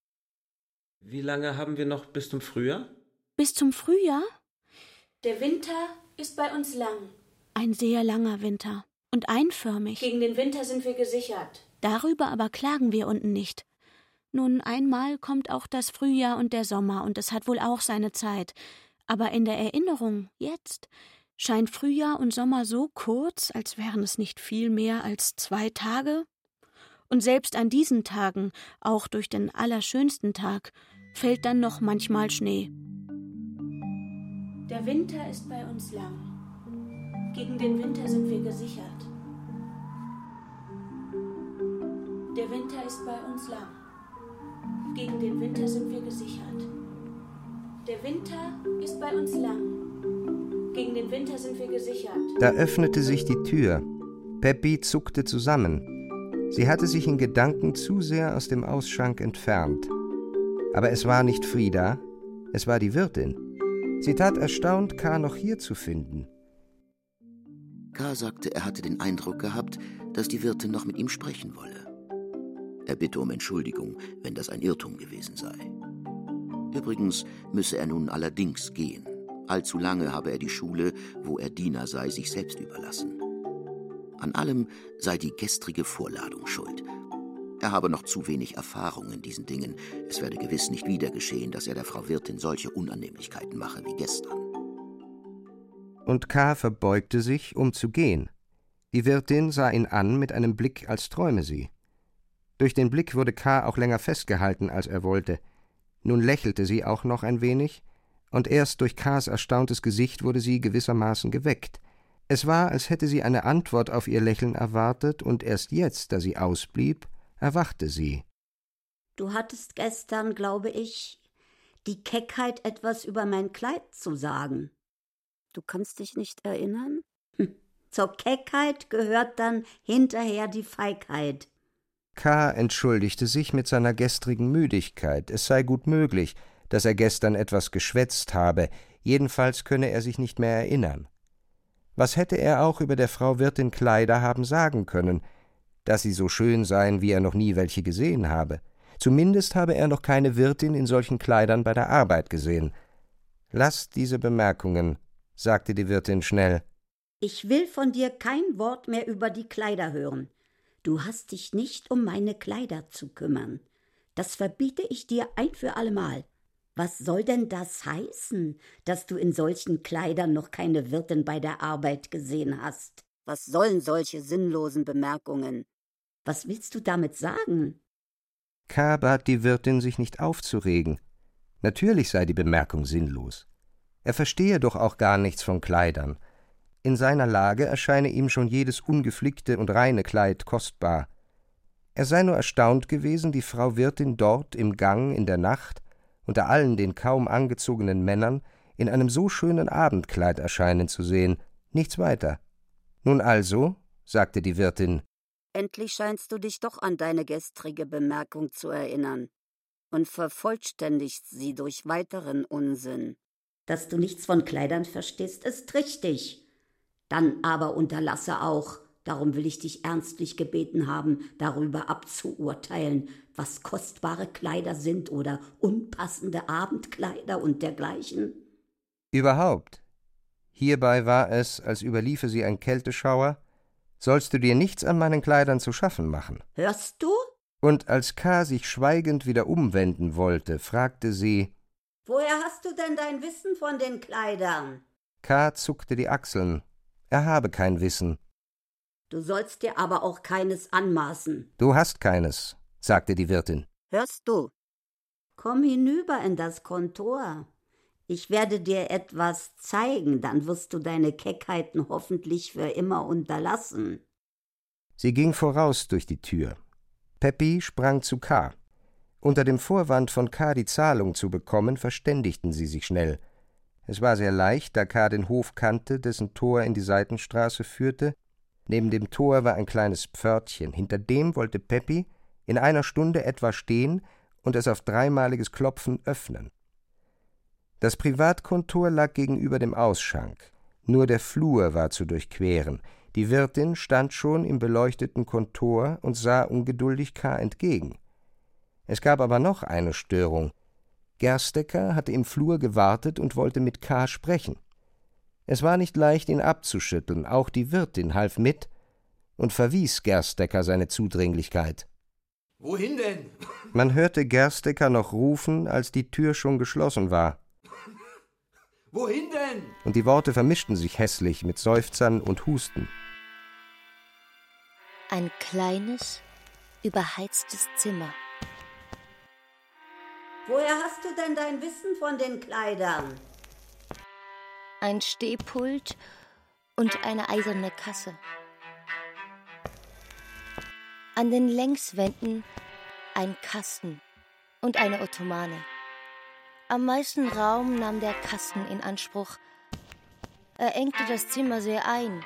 Wie lange haben wir noch bis zum Frühjahr? Bis zum Frühjahr? Der Winter ist bei uns lang. Ein sehr langer Winter und einförmig. Gegen den Winter sind wir gesichert. Darüber aber klagen wir unten nicht. Nun, einmal kommt auch das Frühjahr und der Sommer, und es hat wohl auch seine Zeit. Aber in der Erinnerung, jetzt, scheint Frühjahr und Sommer so kurz, als wären es nicht viel mehr als 2 Tage. Und selbst an diesen Tagen, auch durch den allerschönsten Tag, fällt dann noch manchmal Schnee. Der Winter ist bei uns lang. Gegen den Winter sind wir gesichert. Der Winter ist bei uns lang. Gegen den Winter sind wir gesichert. Der Winter ist bei uns lang. Gegen den Winter sind wir gesichert. Da öffnete sich die Tür. Peppi zuckte zusammen. Sie hatte sich in Gedanken zu sehr aus dem Ausschank entfernt. Aber es war nicht Frieda, es war die Wirtin. Sie tat erstaunt, K. noch hier zu finden. K. sagte, er hatte den Eindruck gehabt, dass die Wirtin noch mit ihm sprechen wolle. Er bitte um Entschuldigung, wenn das ein Irrtum gewesen sei. Übrigens müsse er nun allerdings gehen. Allzu lange habe er die Schule, wo er Diener sei, sich selbst überlassen. An allem sei die gestrige Vorladung schuld. Er habe noch zu wenig Erfahrung in diesen Dingen. Es werde gewiss nicht wieder geschehen, dass er der Frau Wirtin solche Unannehmlichkeiten mache wie gestern. Und K. verbeugte sich, um zu gehen. Die Wirtin sah ihn an mit einem Blick, als träume sie. Durch den Blick wurde K. auch länger festgehalten, als er wollte. Nun lächelte sie auch noch ein wenig, und erst durch Kars erstauntes Gesicht wurde sie gewissermaßen geweckt. Es war, als hätte sie eine Antwort auf ihr Lächeln erwartet, und erst jetzt, da sie ausblieb, erwachte sie. »Du hattest gestern, glaube ich, die Keckheit, etwas über mein Kleid zu sagen.« »Du kannst dich nicht erinnern?« »Zur Keckheit gehört dann hinterher die Feigheit.« K. entschuldigte sich mit seiner gestrigen Müdigkeit. Es sei gut möglich, dass er gestern etwas geschwätzt habe, jedenfalls könne er sich nicht mehr erinnern. Was hätte er auch über der Frau Wirtin Kleider haben sagen können, dass sie so schön seien, wie er noch nie welche gesehen habe? Zumindest habe er noch keine Wirtin in solchen Kleidern bei der Arbeit gesehen. »Lass diese Bemerkungen«, sagte die Wirtin schnell. »Ich will von dir kein Wort mehr über die Kleider hören. Du hast dich nicht um meine Kleider zu kümmern. Das verbiete ich dir ein für allemal. Was soll denn das heißen, dass du in solchen Kleidern noch keine Wirtin bei der Arbeit gesehen hast?« »Was sollen solche sinnlosen Bemerkungen?« »Was willst du damit sagen?« K. bat die Wirtin, sich nicht aufzuregen. Natürlich sei die Bemerkung sinnlos. Er verstehe doch auch gar nichts von Kleidern. In seiner Lage erscheine ihm schon jedes ungeflickte und reine Kleid kostbar. Er sei nur erstaunt gewesen, die Frau Wirtin dort im Gang in der Nacht, unter allen den kaum angezogenen Männern, in einem so schönen Abendkleid erscheinen zu sehen, nichts weiter. »Nun also«, sagte die Wirtin, »endlich scheinst du dich doch an deine gestrige Bemerkung zu erinnern und vervollständigst sie durch weiteren Unsinn.« »Dass du nichts von Kleidern verstehst, ist richtig. Dann aber unterlasse auch, darum will ich dich ernstlich gebeten haben, darüber abzuurteilen, was kostbare Kleider sind oder unpassende Abendkleider und dergleichen.« »Überhaupt. Hierbei war es, als überliefe sie ein Kälteschauer. Sollst du dir nichts an meinen Kleidern zu schaffen machen?« »Hörst du?« Und als K. sich schweigend wieder umwenden wollte, fragte sie, »Woher hast du denn dein Wissen von den Kleidern?« K. zuckte die Achseln. Er habe kein Wissen. »Du sollst dir aber auch keines anmaßen.« »Du hast keines«, sagte die Wirtin. »Hörst du?« »Komm hinüber in das Kontor. Ich werde dir etwas zeigen, dann wirst du deine Keckheiten hoffentlich für immer unterlassen.« Sie ging voraus durch die Tür. Peppy sprang zu K. Unter dem Vorwand, von K. die Zahlung zu bekommen, verständigten sie sich schnell. Es war sehr leicht, da K. den Hof kannte, dessen Tor in die Seitenstraße führte. Neben dem Tor war ein kleines Pförtchen. Hinter dem wollte Peppy in einer Stunde etwa stehen und es auf dreimaliges Klopfen öffnen. Das Privatkontor lag gegenüber dem Ausschank. Nur der Flur war zu durchqueren. Die Wirtin stand schon im beleuchteten Kontor und sah ungeduldig K. entgegen. Es gab aber noch eine Störung. Gerstecker hatte im Flur gewartet und wollte mit K. sprechen. Es war nicht leicht, ihn abzuschütteln, auch die Wirtin half mit und verwies Gerstecker seine Zudringlichkeit. »Wohin denn?« Man hörte Gerstecker noch rufen, als die Tür schon geschlossen war. »Wohin denn?« Und die Worte vermischten sich hässlich mit Seufzern und Husten. Ein kleines, überheiztes Zimmer. »Woher hast du denn dein Wissen von den Kleidern?« Ein Stehpult und eine eiserne Kasse. An den Längswänden ein Kasten und eine Ottomane. Am meisten Raum nahm der Kasten in Anspruch. Er engte das Zimmer sehr ein.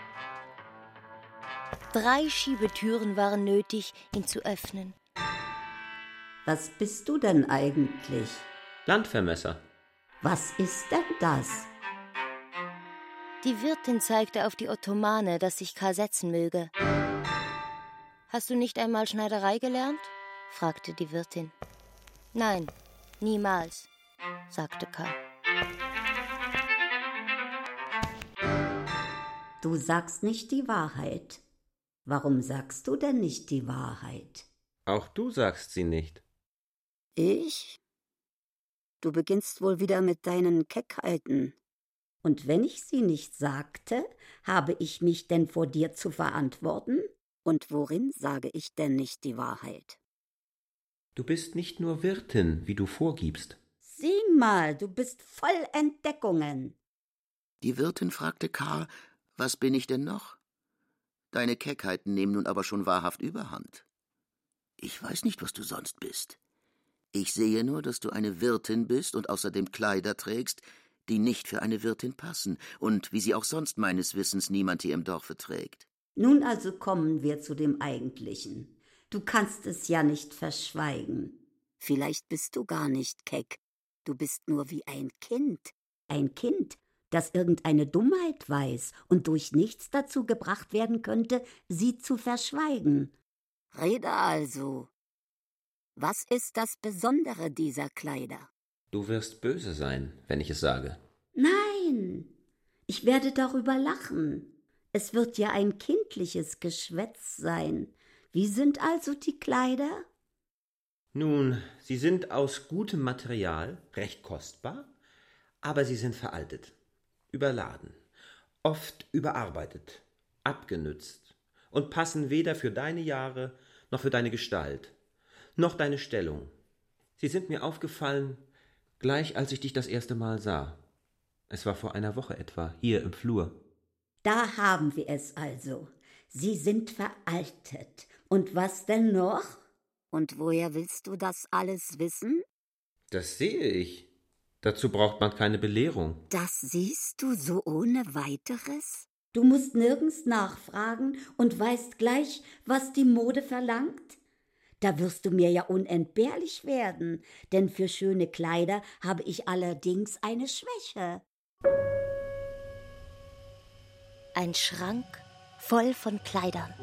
3 Schiebetüren waren nötig, ihn zu öffnen. »Was bist du denn eigentlich?« »Landvermesser.« »Was ist denn das?« Die Wirtin zeigte auf die Ottomane, dass sich K. setzen möge. »Hast du nicht einmal Schneiderei gelernt?« fragte die Wirtin. »Nein, niemals«, sagte K. »Du sagst nicht die Wahrheit. Warum sagst du denn nicht die Wahrheit?« »Auch du sagst sie nicht.« »Ich? Du beginnst wohl wieder mit deinen Keckheiten.« »Und wenn ich sie nicht sagte, habe ich mich denn vor dir zu verantworten?« »Und worin sage ich denn nicht die Wahrheit?« »Du bist nicht nur Wirtin, wie du vorgibst.« »Sieh mal, du bist voll Entdeckungen. Die Wirtin fragte K., was bin ich denn noch? Deine Keckheiten nehmen nun aber schon wahrhaft überhand. Ich weiß nicht, was du sonst bist. Ich sehe nur, dass du eine Wirtin bist und außerdem Kleider trägst, die nicht für eine Wirtin passen und wie sie auch sonst meines Wissens niemand hier im Dorfe trägt. Nun also kommen wir zu dem Eigentlichen. Du kannst es ja nicht verschweigen. Vielleicht bist du gar nicht keck. Du bist nur wie ein Kind. Ein Kind, das irgendeine Dummheit weiß und durch nichts dazu gebracht werden könnte, sie zu verschweigen. Rede also. Was ist das Besondere dieser Kleider? Du wirst böse sein, wenn ich es sage. Nein, ich werde darüber lachen. Es wird ja ein kindliches Geschwätz sein. Wie sind also die Kleider? Nun, sie sind aus gutem Material, recht kostbar, aber sie sind veraltet, überladen, oft überarbeitet, abgenützt und passen weder für deine Jahre noch für deine Gestalt, noch deine Stellung. Sie sind mir aufgefallen, gleich als ich dich das erste Mal sah. Es war vor einer Woche etwa, hier im Flur. Da haben wir es also. Sie sind veraltet. Und was denn noch? Und woher willst du das alles wissen? Das sehe ich. Dazu braucht man keine Belehrung. Das siehst du so ohne weiteres? Du musst nirgends nachfragen und weißt gleich, was die Mode verlangt? Da wirst du mir ja unentbehrlich werden, denn für schöne Kleider habe ich allerdings eine Schwäche. Ein Schrank voll von Kleidern.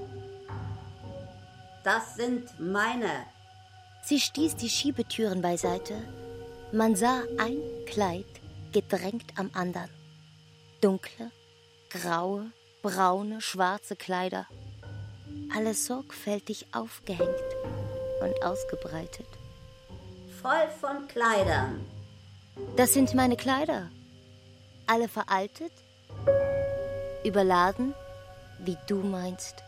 Das sind meine. Sie stieß die Schiebetüren beiseite. Man sah ein Kleid gedrängt am anderen. Dunkle, graue, braune, schwarze Kleider. Alles sorgfältig aufgehängt und ausgebreitet. Voll von Kleidern. Das sind meine Kleider. Alle veraltet, überladen, wie du meinst.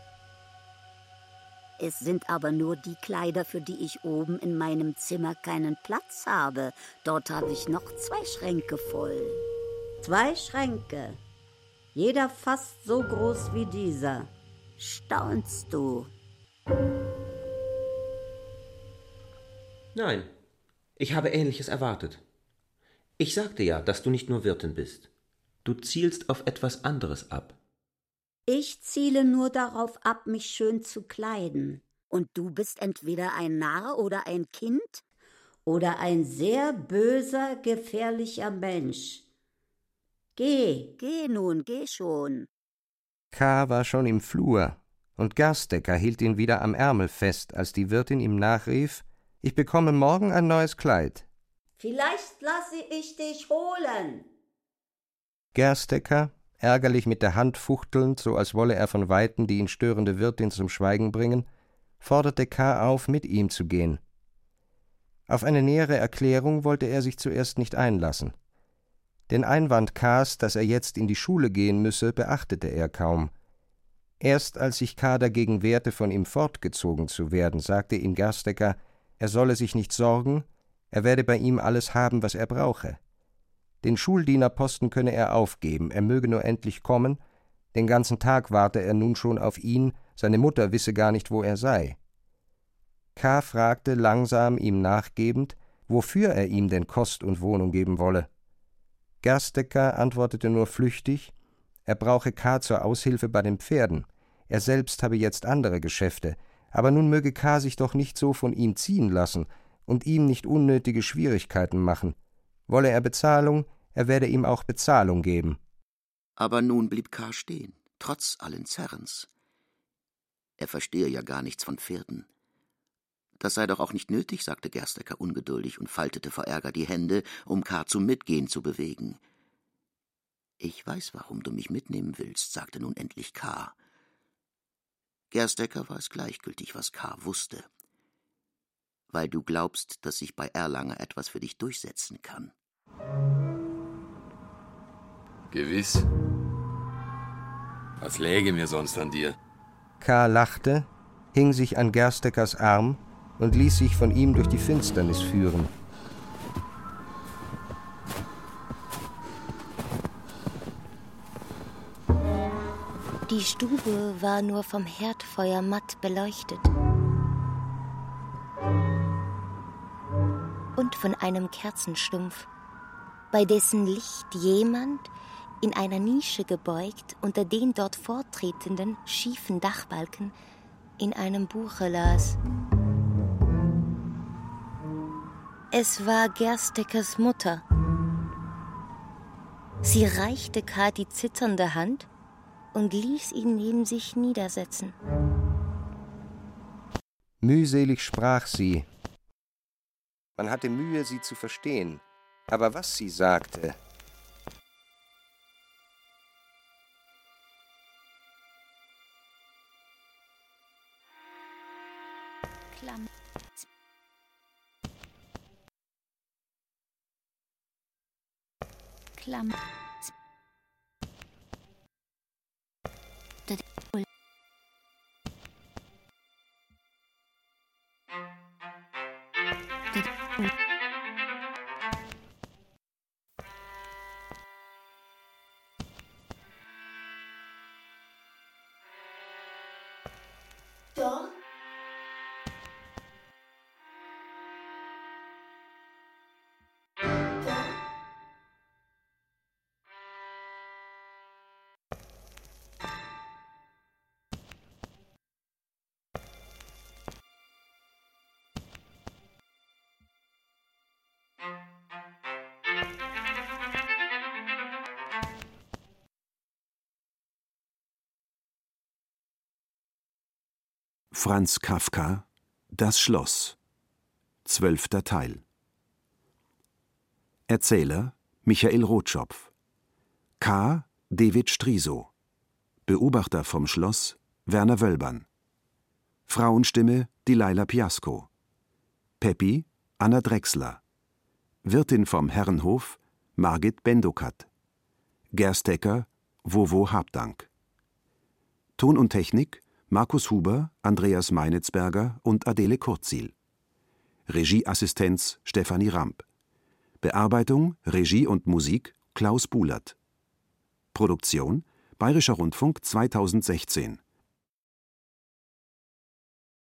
Es sind aber nur die Kleider, für die ich oben in meinem Zimmer keinen Platz habe. Dort habe ich noch 2 Schränke voll. 2 Schränke. Jeder fast so groß wie dieser. Staunst du? Nein, ich habe Ähnliches erwartet. Ich sagte ja, dass du nicht nur Wirtin bist. Du zielst auf etwas anderes ab. Ich ziele nur darauf ab, mich schön zu kleiden. Und du bist entweder ein Narr oder ein Kind? Oder ein sehr böser, gefährlicher Mensch. Geh. Geh nun, geh schon. K. war schon im Flur, und Gerstecker hielt ihn wieder am Ärmel fest, als die Wirtin ihm nachrief: »Ich bekomme morgen ein neues Kleid.« »Vielleicht lasse ich dich holen.« Gerstecker, ärgerlich mit der Hand fuchtelnd, so als wolle er von Weitem die ihn störende Wirtin zum Schweigen bringen, forderte K. auf, mit ihm zu gehen. Auf eine nähere Erklärung wollte er sich zuerst nicht einlassen. Den Einwand K.s, dass er jetzt in die Schule gehen müsse, beachtete er kaum. Erst als sich K. dagegen wehrte, von ihm fortgezogen zu werden, sagte ihm Gerstecker, er solle sich nicht sorgen, er werde bei ihm alles haben, was er brauche. Den Schuldienerposten könne er aufgeben, er möge nur endlich kommen, den ganzen Tag warte er nun schon auf ihn, seine Mutter wisse gar nicht, wo er sei. K. fragte, langsam ihm nachgebend, wofür er ihm denn Kost und Wohnung geben wolle. Gerstecker antwortete nur flüchtig, er brauche K. zur Aushilfe bei den Pferden, er selbst habe jetzt andere Geschäfte, aber nun möge K. sich doch nicht so von ihm ziehen lassen und ihm nicht unnötige Schwierigkeiten machen. Wolle er Bezahlung, er werde ihm auch Bezahlung geben. Aber nun blieb K. stehen, trotz allen Zerrens. Er verstehe ja gar nichts von Pferden. Das sei doch auch nicht nötig, sagte Gerstecker ungeduldig und faltete vor Ärger die Hände, um K. zum Mitgehen zu bewegen. »Ich weiß, warum du mich mitnehmen willst«, sagte nun endlich K. Gerstecker war es gleichgültig, was K. wusste. »Weil du glaubst, dass sich bei Erlanger etwas für dich durchsetzen kann.« »Gewiss. Was läge mir sonst an dir?« K. lachte, hing sich an Gersteckers Arm und ließ sich von ihm durch die Finsternis führen. Die Stube war nur vom Herdfeuer matt beleuchtet und von einem Kerzenstumpf, bei dessen Licht jemand in einer Nische gebeugt unter den dort vortretenden schiefen Dachbalken in einem Buche las. Es war Gersteckers Mutter. Sie reichte K. die zitternde Hand und ließ ihn neben sich niedersetzen. Mühselig sprach sie. Man hatte Mühe, sie zu verstehen. Aber was sie sagte, Franz Kafka, Das Schloss. 12. Teil. Erzähler Michael Rotschopf. K. David Strisow. Beobachter vom Schloss Werner Wölbern. Frauenstimme Delilah Piasco. Peppi Anna Drechsler. Wirtin vom Herrenhof Margit Bendokat. Gerstecker Wowo Habdank. Ton und Technik Markus Huber, Andreas Meinitzberger und Adele Kurzil. Regieassistenz Stefanie Ramp. Bearbeitung, Regie und Musik Klaus Buhlert. Produktion Bayerischer Rundfunk 2016